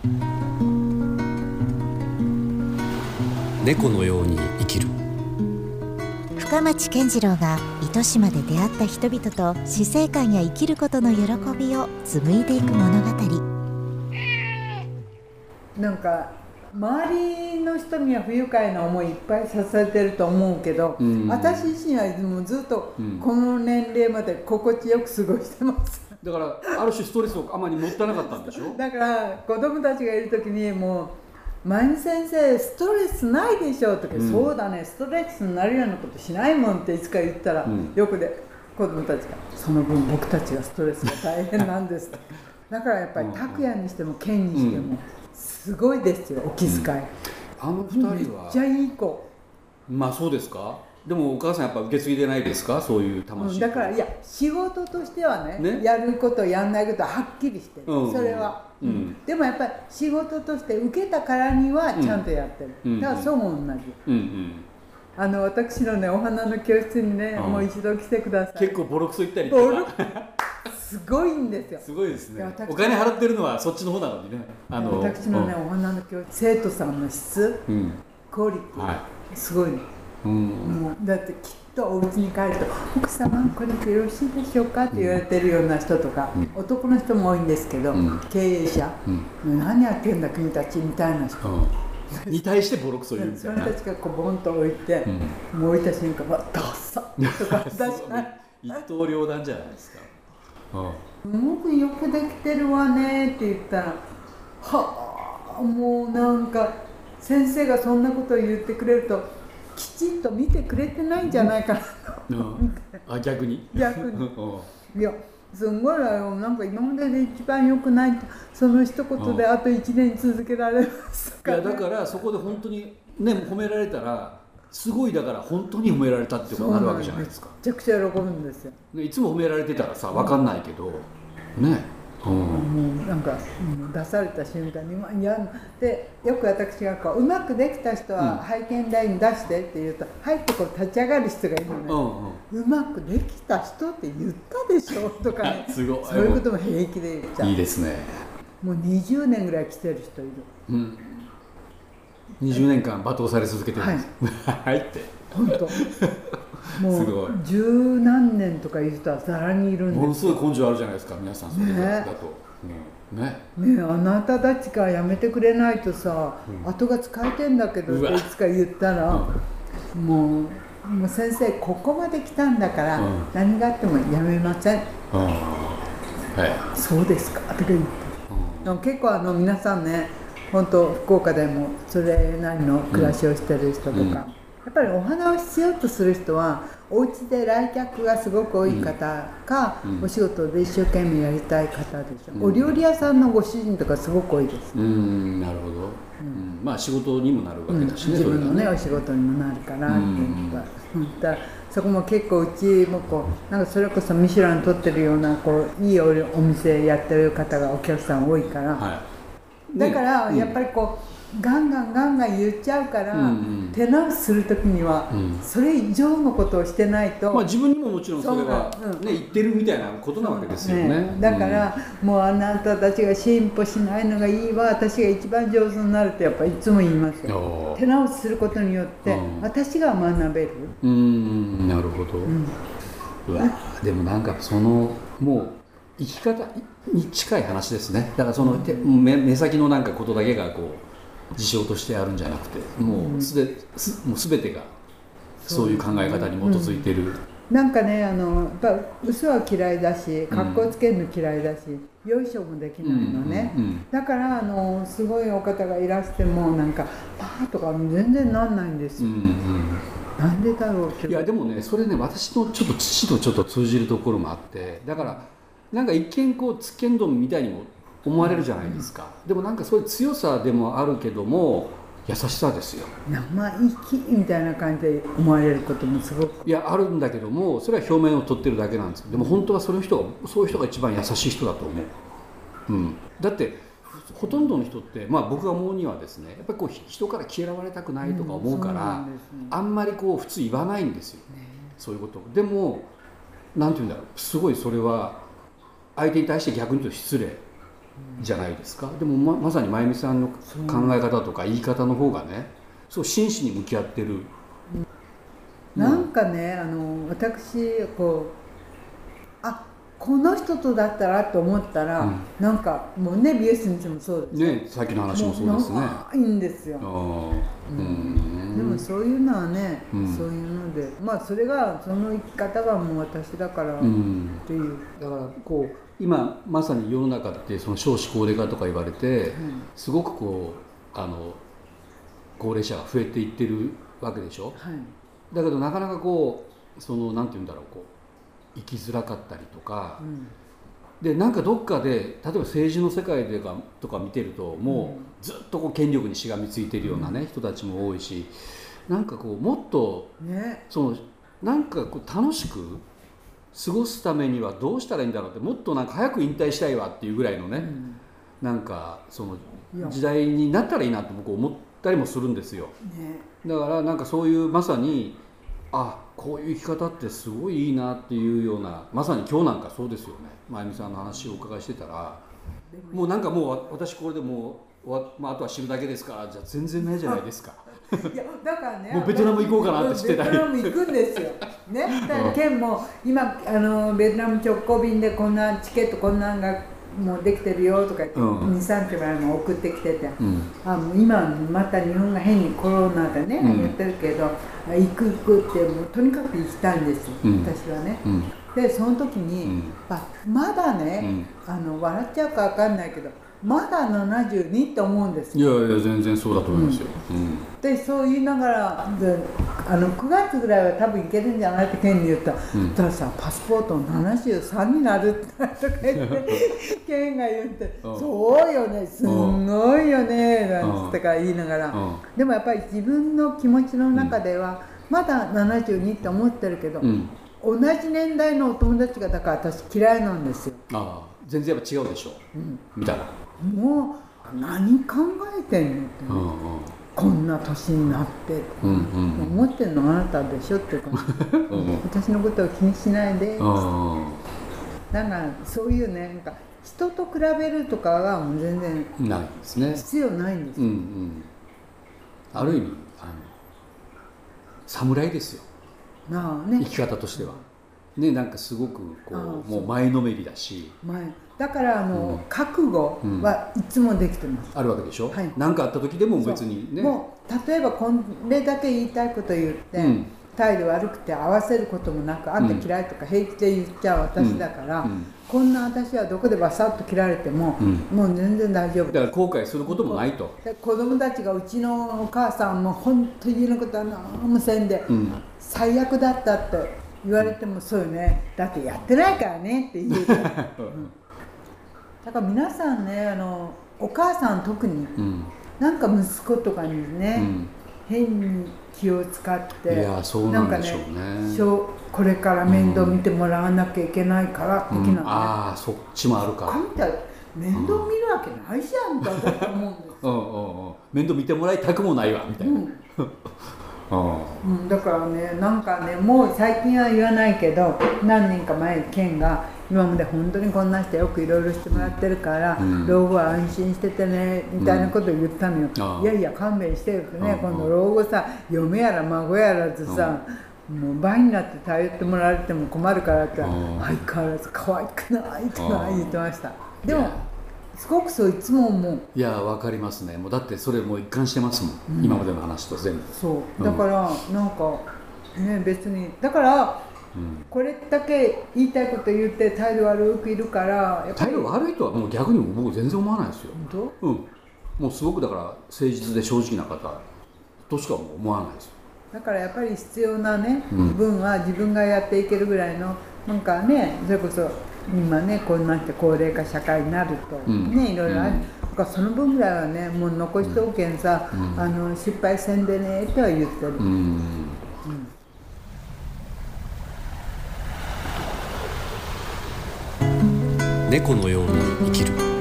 猫のように生きる。 深町健次郎が糸島で出会った人々と死生観や生きることの喜びを紡いでいく物語。 なんか周りの人には不愉快な思いいっぱいさせてると思うけど、私自身はもうずっとこの年齢まで心地よく過ごしてます。 だからある種ストレスをあまり持たなかったんでしょ。 だから子供たちがいる時にもう「まゆみ先生ストレスないでしょ」とか、そうだねストレスになるようなことしないもん」っていつか言ったら、よくで子供たちが「その分僕たちがストレスが大変なんです」だからやっぱり拓也にしても健にしてもすごいですよ、お気遣い。 あの二人はめっちゃいい子。 まあそうですか。でもお母さんやっぱ受け継いでないですか、そういう魂。 だからいや仕事としては ねやることやんないことははっきりしてる、それは、でもやっぱり仕事として受けたからにはちゃんとやってる、だからそうも同じ、私のねお花の教室にね、もう一度来てください。 結構ボロクソ言ったりとかすごいんですよ。 すごいですね。お金払ってるのはそっちの方なのにね。 私のねお花の教室、生徒さんの質、クオリティ、すごいね。もうだってきっとお家に帰ると「奥様これでよろしいでしょうか?」って言われてるような人とか、男の人も多いんですけど、経営者、何やってんだ君たちみたいな人に対してボロクソ言うみたいな。 それたちがこうボンと置いて、もう置いた瞬間は「どうぞ」とか出した一刀両断じゃないですか。 すごくよくできてるわねって言ったら「はあもうなんか先生がそんなことを言ってくれるときちんと見てくれてないんじゃないかなと思って、 あ逆にいやすごいわよ、なんか今までで一番良くないってその一言であと1年続けられますとか、ね、 いやだからそこで本当にね褒められたらすごい、だから本当に褒められたってことになるわけじゃないですか。 めちゃくちゃ喜ぶんですよ。 いつも褒められてたらさ分かんないけどね、 もうなんか出された瞬間に「いや」でよく私がこう「うまくできた人は拝見台に出して」って言うと「はい」ってこう立ち上がる人がいるのね、うまくできた人って言ったでしょとかねすごい、 そういうことも平気で言っちゃう。いいいですね。 もう20年ぐらい来てる人いる、 20年間罵倒され続けてるんです。はいって本当もう十何年とかいう人はざらにいるんです。 ものすごい根性あるじゃないですか皆さん、それだとねあなたたちがやめてくれないとさ、後が使えてんだけどっていつか言ったら、もう先生ここまで来たんだから、何があってもやめません、そうですかとか言って、結構皆さんね本当福岡でもそれなりの暮らしをしてる人とか、やっぱりお花を必要とする人はお家で来客がすごく多い方か、お仕事で一生懸命やりたい方でしょ、お料理屋さんのご主人とかすごく多いです。 なるほど、まあ仕事にもなるわけだしね、 自分のねお仕事にもなるからって言ったら、そこも結構うちもこうなんかそれこそミシュラン取ってるようなこういいお店やってる方がお客さん多いから、だからやっぱりこうガンガン言っちゃうから、手直しする時にはそれ以上のことをしてないと、 自分にももちろんそれは言ってるみたいなことなわけですよね。 だからもうあなたたちが進歩しないのがいいわ、私が一番上手になるってやっぱりいつも言いますよ。手直しすることによって私が学べる。 なるほど。うわでもなんかそのもう生き方に近い話ですね。だからその目先のなんかことだけがこう事象としてあるんじゃなくて、もう全てがそういう考え方に基づいている、 なんかねやっぱ嘘は嫌いだし格好つけるの嫌いだし、よいしょもできないのね、だからすごいお方がいらしてもなんかパーとか全然なんないんですよ、なんでだろうって。 いやでもねそれね私のちょっと父とちょっと通じるところもあって、だからなんか一見こうつっけんどんみたいにも思われるじゃないですか、でもなんかそういう強さでもあるけども優しさですよ。 生意気みたいな感じで思われることもすごくあるんだけども、それは表面を取ってるだけなんです。でも本当はそういう人が一番優しい人だと思う、だってほとんどの人って、僕が思うにはですね、やっぱりこう人から嫌われたくないとか思うから、あんまりこう普通言わないんですよ、そういうこと。でもなんて言うんだろう、すごいそれは相手に対して逆に言うと失礼じゃないですか。でも まさに真由美さんの考え方とか言い方の方がね、そう真摯に向き合ってる、 なんかね私この人とだったらと思ったら、なんかもうね美容室にしてもそうですね、さっきの話もそうですね。 いいんですよ。でもそういうのはね、そういうのでそれがその生き方がもう私だからっていう、 だからこう今まさに世の中ってその少子高齢化とか言われて、すごくこう高齢者が増えていってるわけでしょ、だけどなかなかこうそのなんていうんだろう、こう生きづらかったりとか、でなんかどっかで例えば政治の世界でとか見てるともうずっとこう権力にしがみついてるようなね、人たちも多いし、なんかこうもっと、そのなんかこう楽しく過ごすためにはどうしたらいいんだろうって、もっとなんか早く引退したいわっていうぐらいのね、なんかその時代になったらいいなと僕思ったりもするんですよ。だからなんかそういうまさにこういう生き方ってすごいいいなっていうような、まさに今日なんかそうですよね。真由美さんの話をお伺いしてたら、もうなんかもう私これでもうあとは知るだけですからじゃ全然ないじゃないですか。 いやだからね、 もうベトナム行こうかなってしてたり、 ベトナム行くんですよね。だから県も今ベトナム直行便でこんなチケットこんなんがもうできてるよとか言って、2,3日前も送ってきてて、もう今また日本が変にコロナでね、言ってるけど行くってもうとにかく行きたいんですよ、私はね。でその時に、まだね、笑っちゃうか分かんないけどまだ72って思うんですよ。 いや全然そうだと思いますよ。 でそう言いながら9月ぐらいは多分行けるんじゃないって県に言ったら、たださパスポート73になるってとか言って県が言って「そうよねすんごいよね」なんて言いながら、でもやっぱり自分の気持ちの中ではまだ72って思ってるけど、同じ年代のお友達がだから私嫌いなんですよ。 全然やっぱ違うでしょ、みたいな。もう何考えてんのって、こんな年になって思ってんのあなたでしょっていうか私のことを気にしないで、だからそういうね、なんか人と比べるとかはもう全然ないですね、 必要ないんですよ。 ある意味侍ですよ、生き方としてはね。なんかすごくこうもう前のめりだし、 だから覚悟はいつもできてます、 あるわけでしょ。何かあった時でも別にね、もう例えばこれだけ言いたいこと言って、態度悪くて合わせることもなく、あんた嫌いとか平気で言っちゃう私だから、こんな私はどこでバサッと切られても、もう全然大丈夫だから後悔することもないと。 子供たちがうちのお母さんも本当に家のことは何もせんで、最悪だったって言われてもそうよね、だってやってないからねって言うから、だから皆さんね、お母さん特に、なんか息子とかにね、変に気を使って、 いやそうなんでしょうね、 これから面倒見てもらわなきゃいけないから的なね、 そっちもあるか。 あんた面倒見るわけないじゃんって私は思うんですよ。 面倒見てもらいたくもないわみたいな。 だからね、なんかね、もう最近は言わないけど、何年か前県が今まで本当にこんな人よくいろいろしてもらってるから、老後は安心しててねみたいなことを言ったのよ。いやいや勘弁してよってね、今度老後さ、嫁やら孫やらずさ、もう倍になって頼ってもらわれても困るからって相変わらず可愛くないとか言ってました。でもすごくそういつも思う。 いや分かりますね。もうだってそれもう一貫してますもん、今までの話と全部。 そうだからなんかね、別にだから、これだけ言いたいこと言って態度悪くいるから、 態度悪いとはもう逆に僕全然思わないですよ。 本当？ もうすごくだから誠実で正直な方としかもう思わないですよ。 だからやっぱり必要なね、分は自分がやっていけるぐらいの、なんかね、それこそ今ね、こんなって高齢化社会になると、ね、いろいろある、だからその分ぐらいはね、もう残しておけんさ、失敗せんでねっては言ってる。 猫のように生きる。